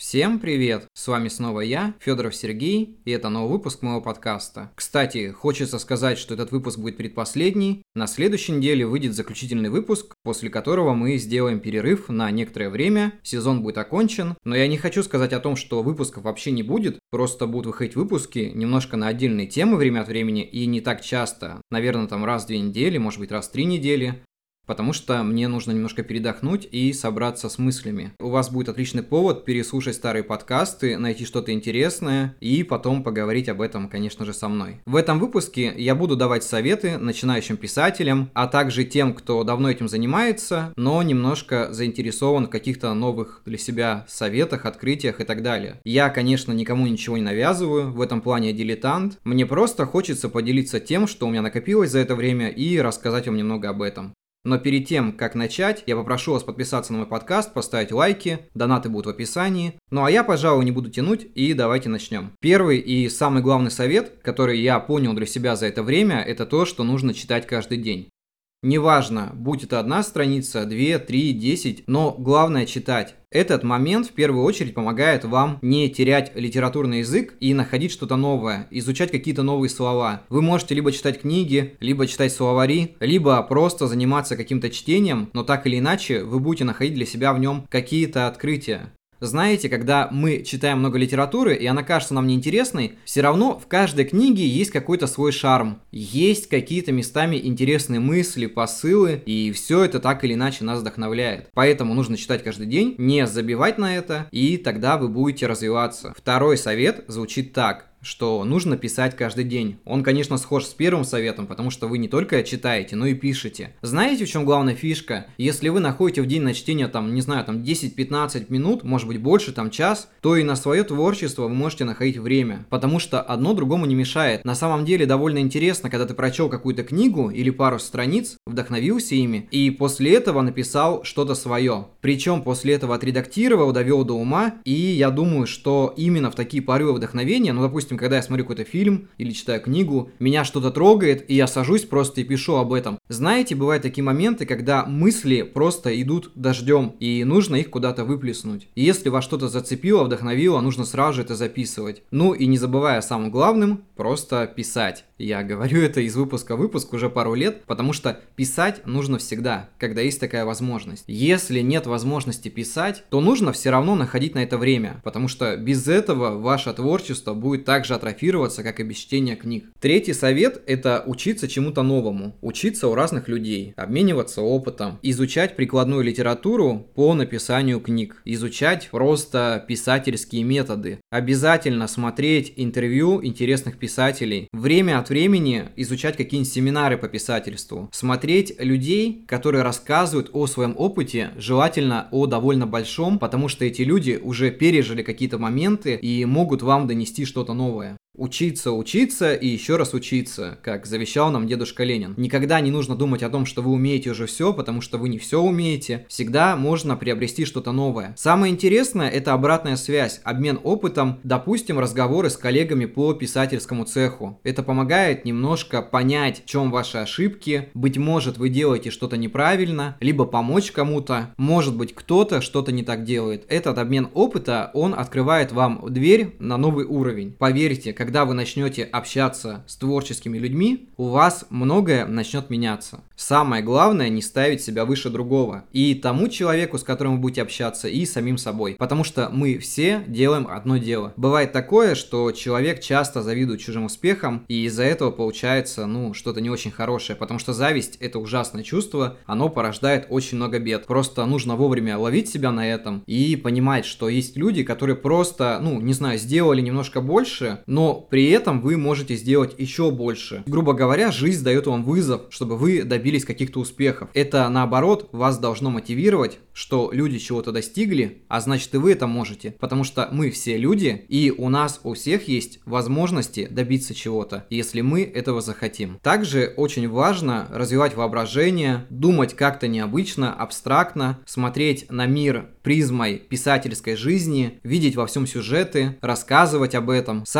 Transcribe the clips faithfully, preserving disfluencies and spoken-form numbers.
Всем привет! С вами снова я, Федоров Сергей, и это новый выпуск моего подкаста. Кстати, хочется сказать, что этот выпуск будет предпоследний. На следующей неделе выйдет заключительный выпуск, после которого мы сделаем перерыв на некоторое время, сезон будет окончен. Но я не хочу сказать о том, что выпусков вообще не будет, просто будут выходить выпуски немножко на отдельные темы время от времени и не так часто. Наверное, там раз в две недели, может быть раз в три недели. Потому что мне нужно немножко передохнуть и собраться с мыслями. У вас будет отличный повод переслушать старые подкасты, найти что-то интересное и потом поговорить об этом, конечно же, со мной. В этом выпуске я буду давать советы начинающим писателям, а также тем, кто давно этим занимается, но немножко заинтересован в каких-то новых для себя советах, открытиях и так далее. Я, конечно, никому ничего не навязываю, в этом плане я дилетант. Мне просто хочется поделиться тем, что у меня накопилось за это время, и рассказать вам немного об этом. Но перед тем, как начать, я попрошу вас подписаться на мой подкаст, поставить лайки, донаты будут в описании. Ну а я, пожалуй, не буду тянуть и давайте начнем. Первый и самый главный совет, который я понял для себя за это время, это то, что нужно читать каждый день. Неважно, будь это одна страница, две, три, десять, но главное читать. Этот момент в первую очередь помогает вам не терять литературный язык и находить что-то новое, изучать какие-то новые слова. Вы можете либо читать книги, либо читать словари, либо просто заниматься каким-то чтением, но так или иначе вы будете находить для себя в нем какие-то открытия. Знаете, когда мы читаем много литературы, и она кажется нам неинтересной, все равно в каждой книге есть какой-то свой шарм. Есть какие-то местами интересные мысли, посылы, и все это так или иначе нас вдохновляет. Поэтому нужно читать каждый день, не забивать на это, и тогда вы будете развиваться. Второй совет звучит так. Что нужно писать каждый день. Он, конечно, схож с первым советом, потому что вы не только читаете, но и пишете. Знаете, в чем главная фишка? Если вы находите в день на чтение, там, не знаю, там десять-пятнадцать минут, может быть больше, там час, то и на свое творчество вы можете находить время. Потому что одно другому не мешает. На самом деле довольно интересно, когда ты прочел какую-то книгу или пару страниц, вдохновился ими, и после этого написал что-то свое. Причем после этого отредактировал, довел до ума, и я думаю, что именно в такие порывы вдохновения, ну, допустим, когда я смотрю какой-то фильм или читаю книгу, меня что-то трогает, и я сажусь просто и пишу об этом. Знаете, бывают такие моменты, когда мысли просто идут дождем, и нужно их куда-то выплеснуть. И если вас что-то зацепило, вдохновило, нужно сразу же это записывать. Ну и не забывая о самом главном, просто писать. Я говорю это из выпуска в выпуск уже пару лет, потому что писать нужно всегда, когда есть такая возможность. Если нет возможности писать, то нужно все равно находить на это время, потому что без этого ваше творчество будет так же атрофироваться, как и без чтения книг. Третий совет – это учиться чему-то новому, учиться у разных людей, обмениваться опытом, изучать прикладную литературу по написанию книг, изучать просто писательские методы, обязательно смотреть интервью интересных писателей, время от времени изучать какие-нибудь семинары по писательству, смотреть людей, которые рассказывают о своем опыте, желательно о довольно большом, потому что эти люди уже пережили какие-то моменты и могут вам донести что-то новое. Учиться, учиться и еще раз учиться, как завещал нам дедушка Ленин. Никогда не нужно думать о том, что вы умеете уже все, потому что вы не все умеете. Всегда можно приобрести что-то новое. Самое интересное – это обратная связь, обмен опытом, допустим, разговоры с коллегами по писательскому цеху. Это помогает немножко понять, в чем ваши ошибки. Быть может, вы делаете что-то неправильно, либо помочь кому-то. Может быть, кто-то что-то не так делает. Этот обмен опыта, он открывает вам дверь на новый уровень. Поверьте, когда вы начнете общаться с творческими людьми, у вас многое начнет меняться. Самое главное не ставить себя выше другого. И тому человеку, с которым вы будете общаться, и самим собой. Потому что мы все делаем одно дело. Бывает такое, что человек часто завидует чужим успехам, и из-за этого получается, ну, что-то не очень хорошее. Потому что зависть – это ужасное чувство, оно порождает очень много бед. Просто нужно вовремя ловить себя на этом и понимать, что есть люди, которые просто, ну, не знаю, сделали немножко больше, но при этом вы можете сделать еще больше. Грубо говоря, жизнь дает вам вызов, чтобы вы добились каких-то успехов. Это, наоборот, вас должно мотивировать, что люди чего-то достигли, а значит и вы это можете. Потому что мы все люди, и у нас у всех есть возможности добиться чего-то, если мы этого захотим. Также очень важно развивать воображение, думать как-то необычно, абстрактно, смотреть на мир призмой писательской жизни, видеть во всем сюжеты, рассказывать об этом. Самое главное,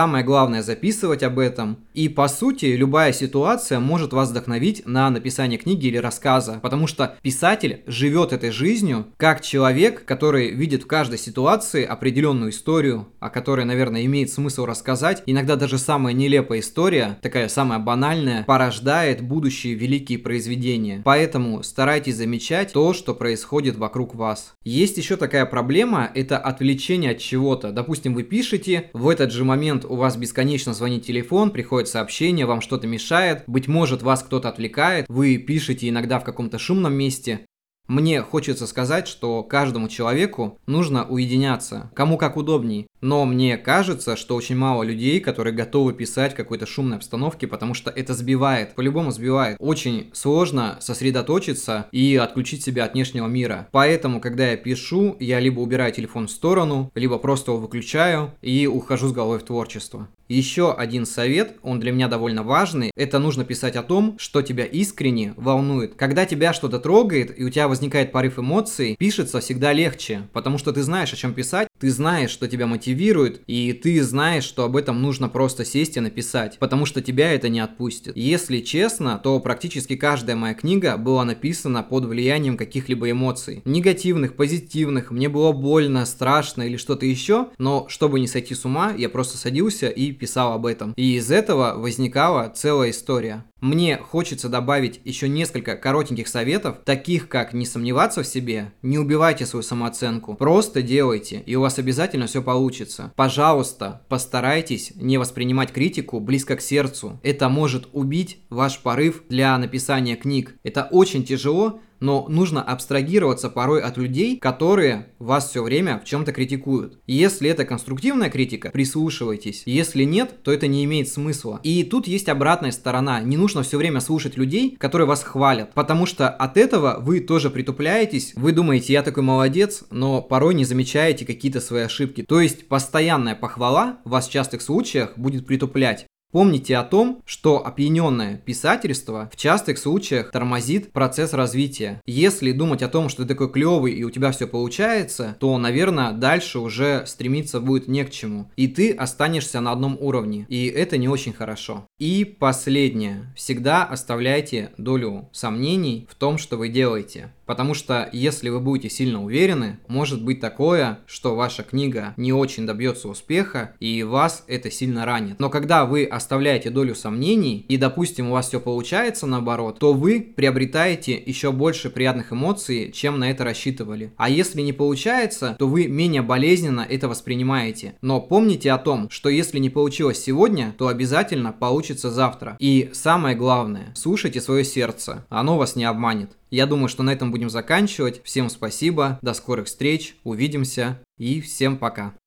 главное записывать об этом. И по сути, любая ситуация может вас вдохновить на написание книги или рассказа, потому что писатель живет этой жизнью как человек, который видит в каждой ситуации определенную историю, о которой, наверное, имеет смысл рассказать. Иногда даже самая нелепая история, такая самая банальная, порождает будущие великие произведения. Поэтому старайтесь замечать то, что происходит вокруг вас. Есть еще такая проблема, это отвлечение от чего-то. Допустим, вы пишете, в этот же момент у вас бесконечно звонит телефон, приходит сообщение, вам что-то мешает, быть может, вас кто-то отвлекает, вы пишете иногда в каком-то шумном месте. Мне хочется сказать, что каждому человеку нужно уединяться, кому как удобней. Но мне кажется, что очень мало людей, которые готовы писать в какой-то шумной обстановке, потому что это сбивает, по-любому сбивает. Очень сложно сосредоточиться и отключить себя от внешнего мира. Поэтому, когда я пишу, я либо убираю телефон в сторону, либо просто его выключаю и ухожу с головой в творчество. Еще один совет, он для меня довольно важный, это нужно писать о том, что тебя искренне волнует. Когда тебя что-то трогает и у тебя возникает порыв эмоций, пишется всегда легче, потому что ты знаешь, о чем писать, ты знаешь, что тебя мотивирует, и ты знаешь, что об этом нужно просто сесть и написать, потому что тебя это не отпустит. Если честно, то практически каждая моя книга была написана под влиянием каких-либо эмоций. Негативных, позитивных, мне было больно, страшно или что-то еще, но чтобы не сойти с ума, я просто садился и писал об этом. И из этого возникала целая история. Мне хочется добавить еще несколько коротеньких советов, таких как не сомневаться в себе, не убивайте свою самооценку, просто делайте, и у вас обязательно все получится. Пожалуйста, постарайтесь не воспринимать критику близко к сердцу. Это может убить ваш порыв для написания книг. Это очень тяжело, но нужно абстрагироваться порой от людей, которые вас все время в чем-то критикуют. Если это конструктивная критика, прислушивайтесь. Если нет, то это не имеет смысла. И тут есть обратная сторона. Не нужно все время слушать людей, которые вас хвалят, потому что от этого вы тоже притупляетесь. Вы думаете, я такой молодец, но порой не замечаете какие-то свои ошибки. То есть постоянная похвала вас в частых случаях будет притуплять. Помните о том, что опьяненное писательство в частых случаях тормозит процесс развития. Если думать о том, что ты такой клевый и у тебя все получается, то, наверное, дальше уже стремиться будет не к чему. И ты останешься на одном уровне. И это не очень хорошо. И последнее. Всегда оставляйте долю сомнений в том, что вы делаете. Потому что если вы будете сильно уверены, может быть такое, что ваша книга не очень добьется успеха и вас это сильно ранит. Но когда вы оставляете долю сомнений и, допустим, у вас все получается наоборот, то вы приобретаете еще больше приятных эмоций, чем на это рассчитывали. А если не получается, то вы менее болезненно это воспринимаете. Но помните о том, что если не получилось сегодня, то обязательно получится завтра. И самое главное, слушайте свое сердце, оно вас не обманет. Я думаю, что на этом будем заканчивать. Всем спасибо, до скорых встреч, увидимся и всем пока.